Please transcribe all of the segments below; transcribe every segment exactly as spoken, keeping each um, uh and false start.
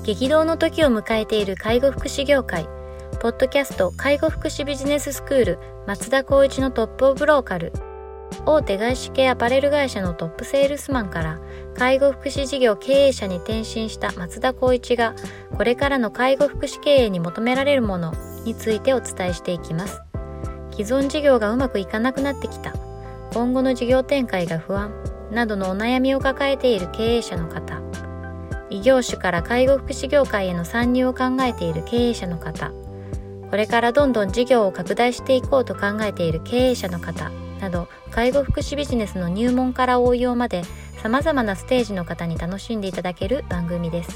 激動の時を迎えている介護福祉業界。ポッドキャスト介護福祉ビジネススクール松田光一のトップオブローカル。大手外資系アパレル会社のトップセールスマンから介護福祉事業経営者に転身した松田光一が、これからの介護福祉経営に求められるものについてお伝えしていきます。既存事業がうまくいかなくなってきた、今後の事業展開が不安などのお悩みを抱えている経営者の方、異業種から介護福祉業界への参入を考えている経営者の方、これからどんどん事業を拡大していこうと考えている経営者の方など、介護福祉ビジネスの入門から応用までさまざまなステージの方に楽しんでいただける番組です。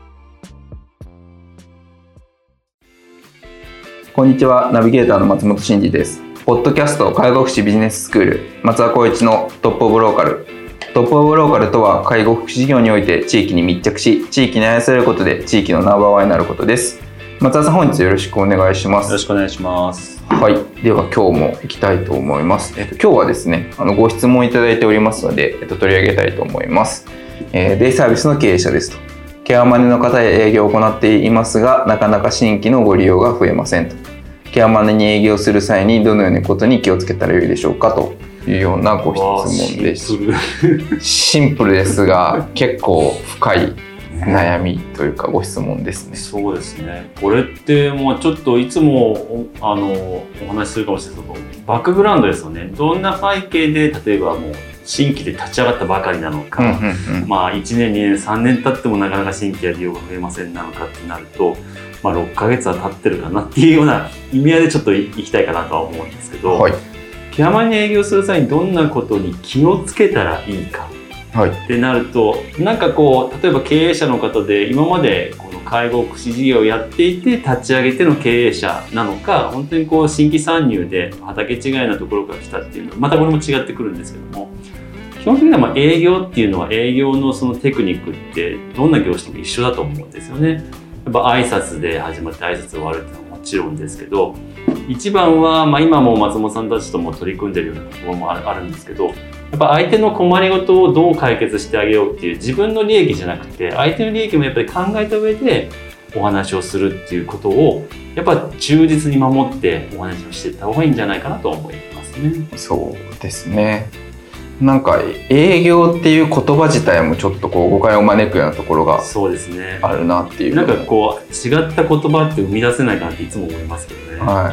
こんにちは、ナビゲーターの松本真嗣です。ポッドキャスト介護福祉ビジネススクール松田光一のトップオブローカル。トップオブローカルとは、介護福祉事業において地域に密着し、地域に愛されることで地域のナンバーワンになることです。松田さん、本日よろしくお願いします。 よろしくお願いします。 はい、では今日も行きたいと思います。えっと、今日はですね、あのご質問いただいておりますので、えっと、取り上げたいと思います。えー、デイサービスの経営者ですと。ケアマネの方へ営業を行っていますが、なかなか新規のご利用が増えませんと。ケアマネに営業する際にどのようなことに気をつけたらよいでしょうかというようなご質問です。 シンプルシンプルですが結構深い悩みというかご質問ですね。 そうですね。これってもうちょっといつもあのお話しするかもしれないけど、バックグラウンドですよね。どんな背景で例えばもう新規で立ち上がったばかりなのか、うんうんうん、まあいちねんにねんさんねん経ってもなかなか新規や利用が増えませんなのかってなると、まあ、ろっかげつは経ってるかなっていうような意味合いでちょっといきたいかなとは思うんですけど、はい、ケアマネに営業する際にどんなことに気をつけたらいいかってなると、はい、なんかこう例えば経営者の方で今までこの介護福祉事業をやっていて立ち上げての経営者なのか、本当にこう新規参入で畑違いなところから来たっていうのはまたこれも違ってくるんですけども、基本的にはまあ営業っていうのは営業のそのテクニックってどんな業種でも一緒だと思うんですよね。やっぱ挨拶で始まって挨拶で終わるっていうのはもちろんですけど、一番は、まあ、今も松本さんたちとも取り組んでるようなところもあるんですけど、やっぱ相手の困りごとをどう解決してあげようっていう自分の利益じゃなくて相手の利益もやっぱり考えた上でお話をするっていうことをやっぱ忠実に守ってお話をしていった方がいいんじゃないかなと思いますね。 そうですね。なんか営業っていう言葉自体もちょっとこう誤解を招くようなところがあるなっていう。 なんかこう違った言葉って生み出せないかなっていつも思いますけどね。 はい。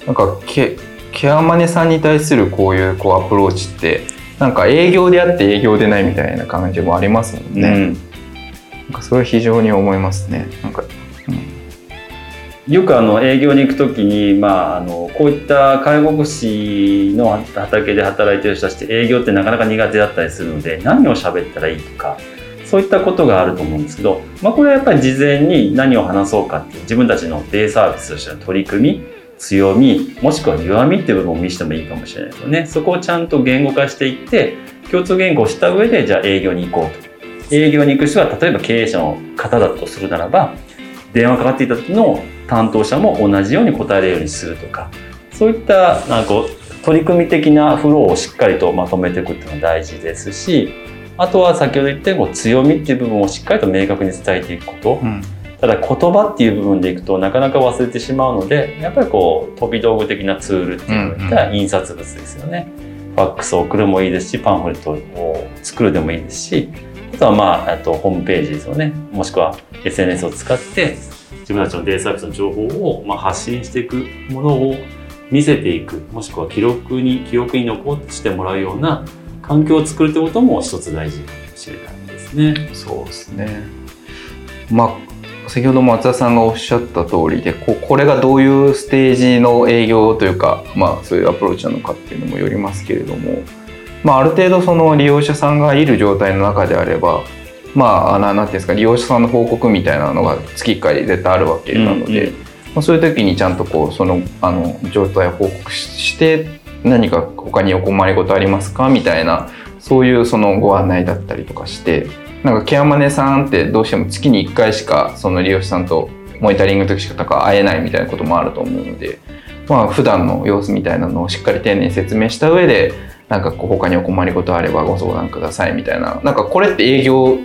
なんかケ、ケアマネさんに対するこういうこうアプローチってなんか営業であって営業でないみたいな感じもありますもんね。うん、なんかそれは非常に思いますね。なんか、 うん、よくあの営業に行くときに、まあ、あのこういった介護福祉の畑で働いている人たちって営業ってなかなか苦手だったりするので、何を喋ったらいいとかそういったことがあると思うんですけど、まあ、これはやっぱり事前に何を話そうかっていう自分たちのデイサービスとしての取り組み、強みもしくは弱みっていう部分を見せてもいいかもしれないですよね。そこをちゃんと言語化していって共通言語をした上で、じゃあ営業に行こうと。営業に行く人は例えば経営者の方だとするならば、電話かかっていた時の担当者も同じように答えられるようにするとか、そういったなんか取り組み的なフローをしっかりとまとめていくっていうのが大事ですし、あとは先ほど言ったように強みっていう部分をしっかりと明確に伝えていくこと、うん、ただ言葉っていう部分でいくとなかなか忘れてしまうので、やっぱりこう飛び道具的なツールっていうのを言ったら印刷物ですよね、うんうん、ファックスを送るもいいですし、パンフレットを作るでもいいですし、あとはまあ、あとホームページですよね、もしくは エスエヌエス を使って自分たちのデイサービスの情報をまあ発信していくものを見せていく、もしくは記録に記憶に残してもらうような環境を作るということも一つ大事かもしれないですね。 そうですね。まあ先ほど松田さんがおっしゃった通りで、こ, これがどういうステージの営業というか、まあ、そういうアプローチなのかっていうのもよりますけれども、まあ、ある程度その利用者さんがいる状態の中であれば、まあ、なんていうんですか、利用者さんの報告みたいなのが月いっかい絶対あるわけなので、うんうん、まあ、そういう時にちゃんとこうそのあの状態を報告して何か他にお困りごとありますかみたいな、そういうそのご案内だったりとかして、なんかケアマネさんってどうしても月にいっかいしかその利用者さんとモニタリングの時しか会えないみたいなこともあると思うので、まあ、普段の様子みたいなのをしっかり丁寧に説明した上で、なんかこう他にお困りごとあればご相談くださいみたいな、なんかこれって営業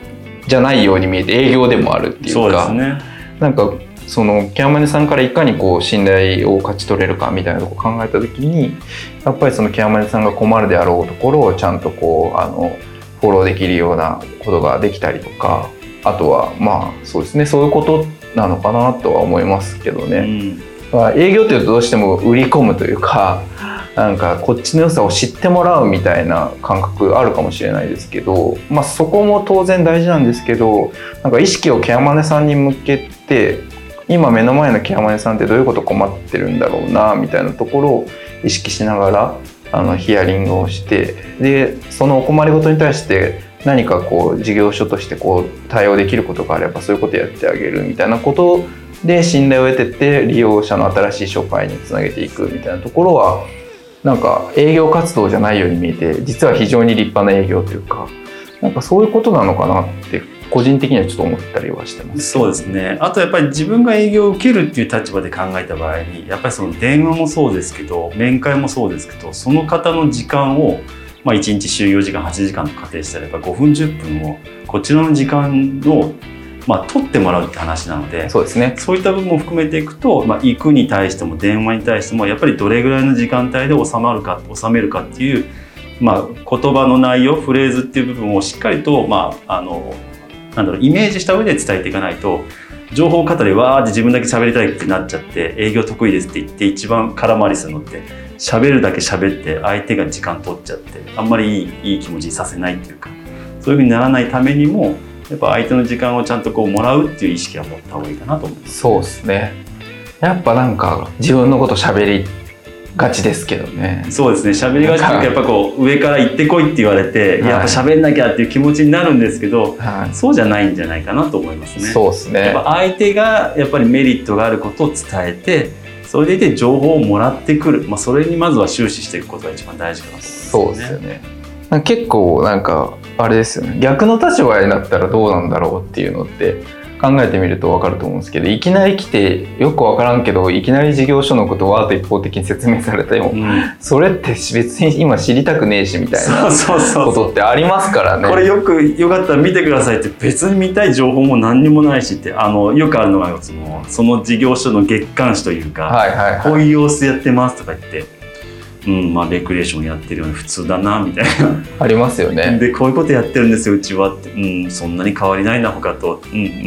じゃないように見えて営業でもあるっていうか、 そうですね、 なんかそのケアマネさんからいかにこう信頼を勝ち取れるかみたいなところを考えた時に、やっぱりそのケアマネさんが困るであろうところをちゃんとこうあのフォローできるようなことができたりとか、あとはまあそうですね、そういうことなのかなとは思いますけどね、うんまあ、営業というとどうしても売り込むというか、なんかこっちの良さを知ってもらうみたいな感覚あるかもしれないですけど、まあ、そこも当然大事なんですけど、なんか意識をケアマネさんに向けて、今目の前のケアマネさんってどういうこと困ってるんだろうなみたいなところを意識しながらあのヒアリングをして、でそのお困りごとに対して何かこう事業所としてこう対応できることがあればそういうことをやってあげるみたいなことで信頼を得てって利用者の新しい商売につなげていくみたいなところは、なんか営業活動じゃないように見えて、実は非常に立派な営業というか、なんかそういうことなのかなって個人的にはちょっと思ったりはしてます。 そうですね。あとやっぱり自分が営業を受けるっていう立場で考えた場合に、やっぱりその電話もそうですけど面会もそうですけど、その方の時間を、まあ、いちにち就業時間はちじかんと仮定したら、やっぱごふんじゅっぷんをこちらの時間をまあ、取ってもらうって話なので、 そうですね、 そういった部分も含めていくと、まあ、行くに対しても電話に対してもやっぱりどれぐらいの時間帯で収まるか収めるかっていう、まあ、言葉の内容フレーズっていう部分をしっかりと、まあ、あのなんだろうイメージした上で伝えていかないと、情報過多でわーって自分だけ喋りたいってなっちゃって、営業得意ですって言って一番空回りするのって喋るだけ喋って相手が時間取っちゃって、あんまりいい、いい気持ちにさせないっていうか、そういう風にならないためにもやっぱ相手の時間をちゃんとこうもらうっていう意識は持った方がいいかなと思います。 そうですね。やっぱなんか自分のこと喋りがちですけどね。 そうですね。喋りがちっていうか、やっぱこう上から行ってこいって言われて、 はい、 やっぱ喋んなきゃっていう気持ちになるんですけど、 はい、 そうじゃないんじゃないかなと思いますね。 そうですね。 やっぱ相手がやっぱりメリットがあることを伝えて、それでいて情報をもらってくる、まあ、それにまずは終始していくことが一番大事かなと思いますね。 そうですよね。結構なんかあれですよね、逆の立場になったらどうなんだろうっていうのって考えてみると分かると思うんですけど、いきなり来てよく分からんけどいきなり事業所のことをわーっと一方的に説明されても、うん、それって別に今知りたくねえしみたいなことってありますからね。 これよくよかったら見てくださいって、別に見たい情報も何にもないしって、あのよくあるのがその、その事業所の月刊誌というか、はいはいはい、こういう様子やってますとか言って、うんまあ、レクリエーションやってるように普通だなみたいなありますよね。 でこういうことやってるんですようちはって、うん、そんなに変わりないな他と、うんうんうん、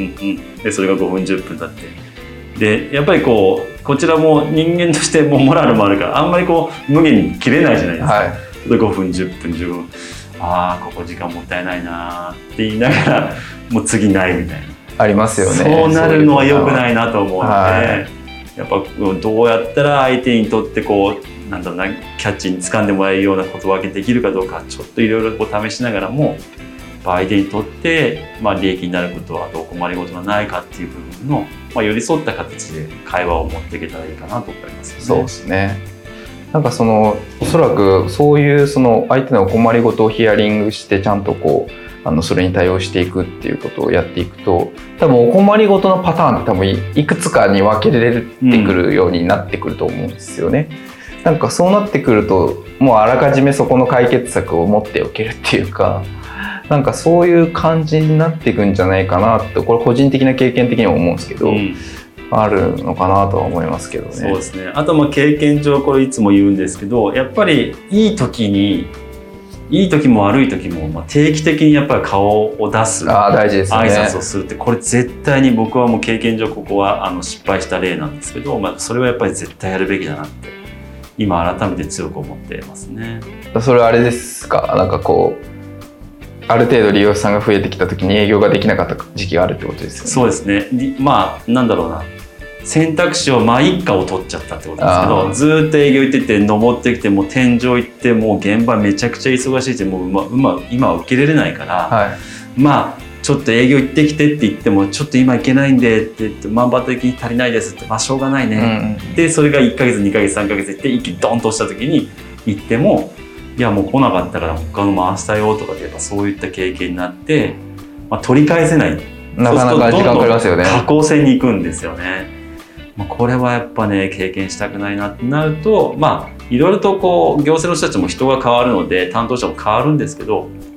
でそれがごふんじゅっぷん経って、でやっぱりこうこちらも人間としてもモラルもあるからあんまりこう無限に切れないじゃないですか、はい、でごふんじゅっぷんじゅうごふん、ああここ時間もったいないなって言いながらもう次ないみたいなありますよね。 そうなるのは良くないなと思うので、 はい、 やっぱどうやったら相手にとってこうなんだろうなキャッチに掴んでもらえるような言葉ができるかどうかちょっといろいろ試しながらも、相手にとって、まあ、利益になることはどう困りごとがないかっていう部分の、まあ、寄り添った形で会話を持っていけたらいいかなと思いますよね。 そうですね。なんかそのおそらくそういうその相手のお困りごとをヒアリングしてちゃんとこうあのそれに対応していくっていうことをやっていくと、多分お困りごとのパターンって多分いくつかに分けれてくるようになってくると思うんですよね。うん、なんかそうなってくるともうあらかじめそこの解決策を持っておけるっていうか、なんかそういう感じになっていくんじゃないかなって、これ個人的な経験的には思うんですけど、うん、あるのかなとは思いますけどね。 そうですね。あとまあ経験上これいつも言うんですけど、やっぱりいい時にいい時も悪い時も、まあ、定期的にやっぱり顔を出す、 あー大事ですね、 挨拶をするって、これ絶対に僕はもう経験上ここはあの失敗した例なんですけど、まあ、それはやっぱり絶対やるべきだなって今改めて強く思ってますね。 それはあれですか、なんかこうある程度利用者さんが増えてきた時に営業ができなかった時期があるってことですよね。 そうですね。まあなんだろうな、選択肢をまあ一家を取っちゃったってことですけど、ずっと営業行ってて登ってきてもう天井行ってもう現場めちゃくちゃ忙しいってもう、まうま今は受け入れれないから、はい、まあちょっと営業行ってきてって言ってもちょっと今行けないんでって言ってマンパワー的に足りないですって、まあしょうがないね、うん、でそれがいっかげつにかげつさんかげつ行って一気にドンとした時に行っても、いやもう来なかったから他の回したよとかでやっぱそういった経験になって、まあ、取り返せない、 なかなか時間かかりますよね。 下降線に行くんですよね。まあ、これはやっぱね経験したくないなってなると、まあいろいろとこう行政の人たちも人が変わるので担当者も変わるんですけど、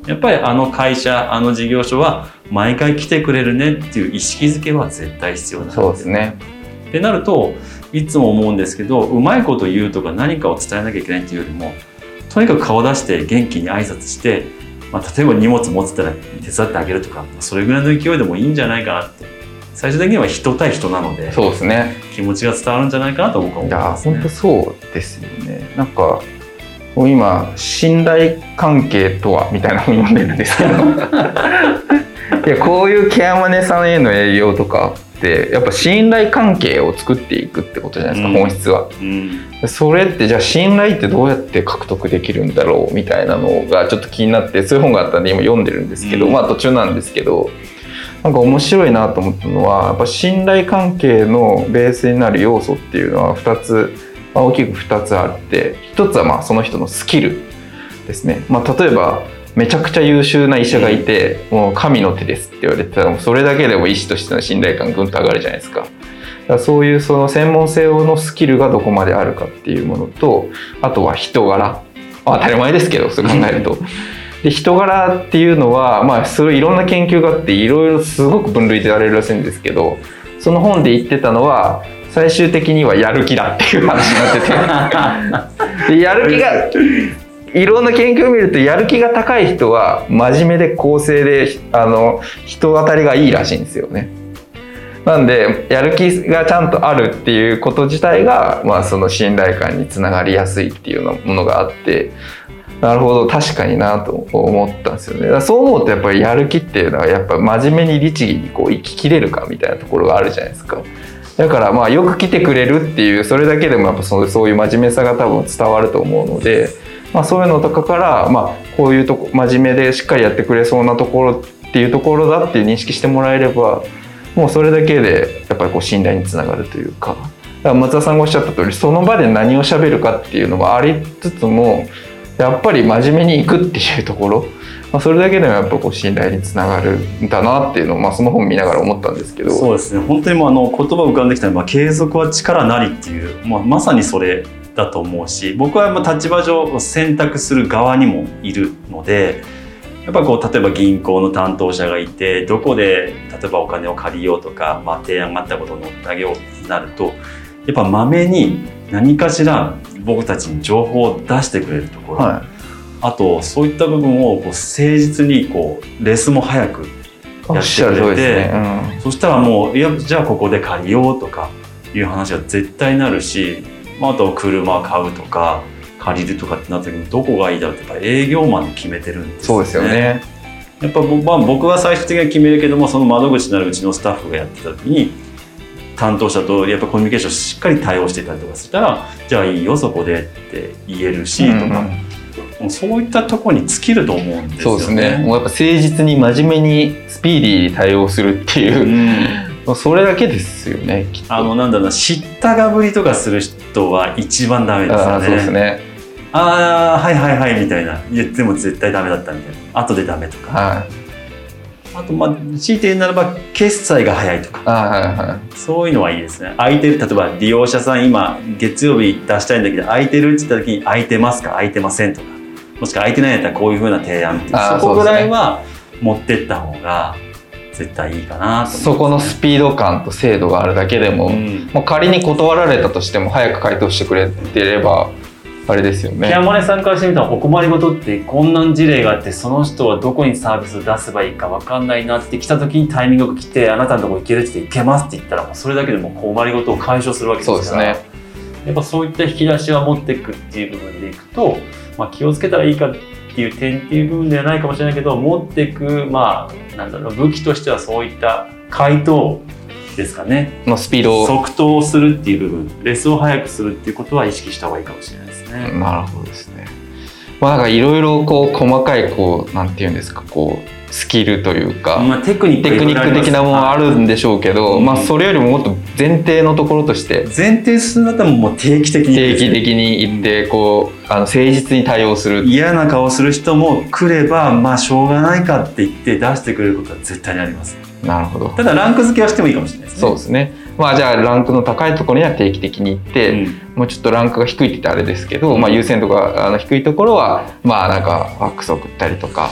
やっぱりあの会社、あの事業所は毎回来てくれるねっていう意識づけは絶対必要なんです。 そうですね。 ってなるといつも思うんですけど、うまいこと言うとか何かを伝えなきゃいけないっていうよりも、とにかく顔出して元気に挨拶して、まあ、例えば荷物持ってたら手伝ってあげるとか、それぐらいの勢いでもいいんじゃないかなって。最終的には人対人なので、 そうですね。 気持ちが伝わるんじゃないかなと僕は思いますね。 いや本当そうですよね。なんかもう今信頼関係とはみたいなのを読んでるんですけどいやこういうケアマネさんへの営業とかってやっぱ信頼関係を作っていくってことじゃないですか、うん、本質は、うん、それってじゃあ信頼ってどうやって獲得できるんだろうみたいなのがちょっと気になって、そういう本があったんで今読んでるんですけど、うん、まあ途中なんですけど、なんか面白いなと思ったのは、やっぱ信頼関係のベースになる要素っていうのはふたつ、まあ、大きくふたつあって、ひとつはまあその人のスキルですね。まあ、例えばめちゃくちゃ優秀な医者がいて、もう神の手ですって言われてたら、もうそれだけでも医師としての信頼感ぐんと上がるじゃないですか。だからそういうその専門性のスキルがどこまであるかっていうものと、あとは人柄、当たり前ですけどそう考えるとで人柄っていうのは、まあ、それいろんな研究があっていろいろすごく分類されるらしいんですけど、その本で言ってたのは最終的にはやる気だっていう話になっててでやる気がいろんな研究を見ると、やる気が高い人は真面目で公正であの人当たりがいいらしいんですよね。なんでやる気がちゃんとあるっていうこと自体が、まあ、その信頼感につながりやすいっていうようなものがあって、なるほど確かになと思ったんですよね。だからそう思うとやっぱりやる気っていうのはやっぱ真面目に律儀にこう生ききれるかみたいなところがあるじゃないですか。だからまあよく来てくれるっていうそれだけでもやっぱそうそういう真面目さが多分伝わると思うので、まあ、そういうのとかから、まあ、こういうとこ真面目でしっかりやってくれそうなところっていうところだっていう認識してもらえれば、もうそれだけでやっぱりこう信頼につながるというか、だから松田さんがおっしゃった通り、その場で何を喋るかっていうのもありつつも、やっぱり真面目に行くっていうところ、まあ、それだけでもやっぱこう信頼につながるんだなっていうのを、まあ、その本見ながら思ったんですけど。 そうですね、本当にもうあの言葉浮かんできたのは、まあ、継続は力なりっていう、まあ、まさにそれだと思うし、僕はまあ立場上選択する側にもいるので、やっぱこう例えば銀行の担当者がいて、どこで例えばお金を借りようとか、まあ、提案があったことを乗ってあげようってなると、やっぱまめに何かしら僕たちに情報を出してくれるところ、はい、あとそういった部分をこう誠実にこうレスも早くやってくれて、ね、うん、そしたらもういやじゃあここで借りようとかいう話が絶対になるし、まあ、あと車を買うとか借りるとかってなった時にどこがいいだろうってやっぱ営業マンで決めてるんですよね。 そうですよね。 やっぱ、まあ、僕は最終的には決めるけども、その窓口になるうちのスタッフがやってた時に担当者とやっぱコミュニケーションしっかり対応していたりとかしたら、じゃあいいよそこでって言えるし、うんうん、とかもうそういったところに尽きると思うんですよね。 そうですね。もうやっぱ誠実に真面目にスピーディーに対応するっていう、うん、それだけですよね。きっとあのなんだろうな、知ったがぶりとかする人は一番ダメですよね。 あ、そうですね。 ああはいはいはいみたいな言っても絶対ダメだったみたいな、後でダメとか、はい、あとまあ強いて言うならば決済が早いとか、あ、はいはい、そういうのはいいですね。空いてる、例えば利用者さん今月曜日出したいんだけど空いてるって言った時に空いてますか空いてませんとか、もしくは空いてないんだったらこういう風な提案って、そこぐらいは持ってった方が絶対いいかなと思いますね。 そこのスピード感と精度があるだけでも、うん、もう仮に断られたとしても早く回答してくれてればあれですよね。 ケアマネさんからしてみたらお困りごとってこんな事例があって、その人はどこにサービスを出せばいいか分かんないなって来た時にタイミングよく来て、あなたのところ行けるって言って行けますって言ったら、もうそれだけでも困りごとを解消するわけですから。そうですね。やっぱそういった引き出しは持っていくっていう部分でいくと、まあ、気をつけたらいいかっていう点っていう部分ではないかもしれないけど、持っていくまあなんだろう、武器としてはそういった回答ですかねのスピードを即答するっていう部分、レスを早くするっていうことは意識した方がいいかもしれないですね。 なるほどですね。まあなんかいろいろこう細かいこうなんていうんですか、こうスキルというか、 まあ、テクニックテクニック的なものあるんでしょうけど、うん、まあそれよりももっと前提のところとして前提するんだったらもう定期的に定期的に行ってこうあの誠実に対応する。 嫌な顔する人も来ればまあしょうがないかって言って出してくれることは絶対にあります。 なるほど。 ただランク付けはしてもいいかもしれないですね。 そうですね。まあじゃあランクの高いところには定期的に行って、うん、もうちょっとランクが低いって言ってあれですけど、まあ優先度があの低いところはまあなんかファックス送ったりとか。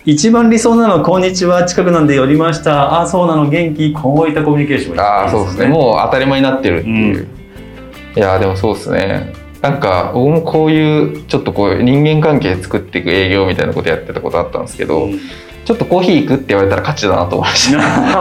一番理想なのはこんにちは近くなんで寄りました、あそうなの元気、こういったコミュニケーションがあそうですね、もう当たり前になってるっていう、うん、いやでもそうですね。なんか僕もこういうちょっとこう人間関係作っていく営業みたいなことやってたことあったんですけど、うん、ちょっとコーヒー行くって言われたら勝ちだなと思いました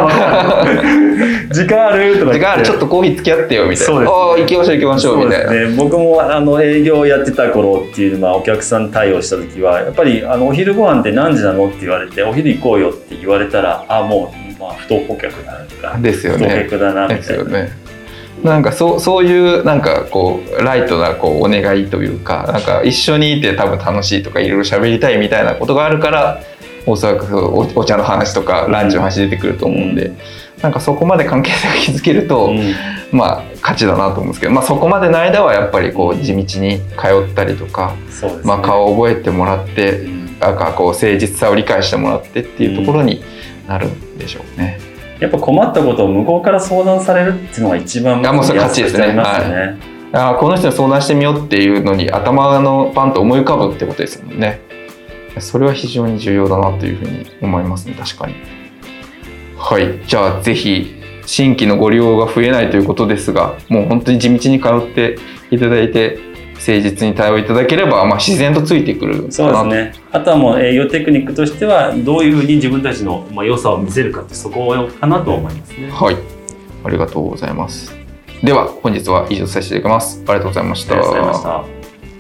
時間あるとか言って、時間ある、 ちょっとコーヒー付き合ってよみたいな、ああ行きましょう行きましょうみたいな、 ね、僕もあの営業やってた頃っていうのはお客さん対応した時はやっぱりあのお昼ご飯って何時なのって言われて、お昼行こうよって言われたら、あもう、まあ、不登校客だなとかですよね、 不登校客だなみたいなですよね。なんかそう、そういうなんかこうライトなこうお願いというか、なんか一緒にいて多分楽しいとかいろいろ喋りたいみたいなことがあるから、おそらく お, お茶の話とかランチの話出てくると思うんで、うん、なんかそこまで関係性が築けると、うん、まあ勝ちだなと思うんですけど、まあ、そこまでの間はやっぱりこう地道に通ったりとか、そうですね、まあ、顔を覚えてもらって、うん、なんかこう誠実さを理解してもらってっていうところになるんでしょうね。 やっぱ困ったことを向こうから相談されるっていうのが一番もうそれ勝ちですね。はい、あこの人に相談してみようっていうのに頭のパンと思い浮かぶってことですもんね。それは非常に重要だなというふうに思いますね。確かに。はい、じゃあぜひ新規のご利用が増えないということですが、もう本当に地道に通っていただいて誠実に対応いただければ、まあ、自然とついてくるかな。 そうですね。あとはもう営業テクニックとしてはどういうふうに自分たちの良さを見せるかって、そこかなと思いますね。 はい、ありがとうございます。では本日は以上させていただきます。ありがとうございました。 ありがとうございました。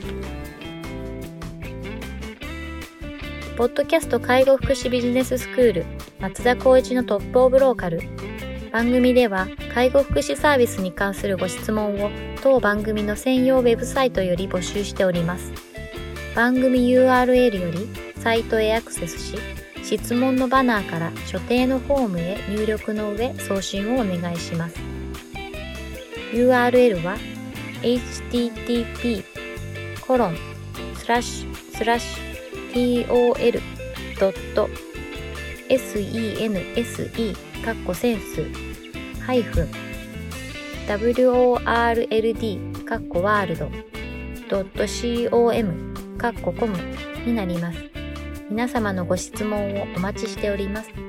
ポッドキャスト介護福祉ビジネススクール松田光一のトップオブローカル。番組では介護福祉サービスに関するご質問を当番組の専用ウェブサイトより募集しております。番組 ユーアールエル よりサイトへアクセスし、質問のバナーから所定のフォームへ入力の上送信をお願いします。ユーアールエル は エイチティーティーピーコロンスラッシュスラッシュ tol ドット sense かっこセンスハイフン world かっこワールドドット com かっこコムになります。皆様のご質問をお待ちしております。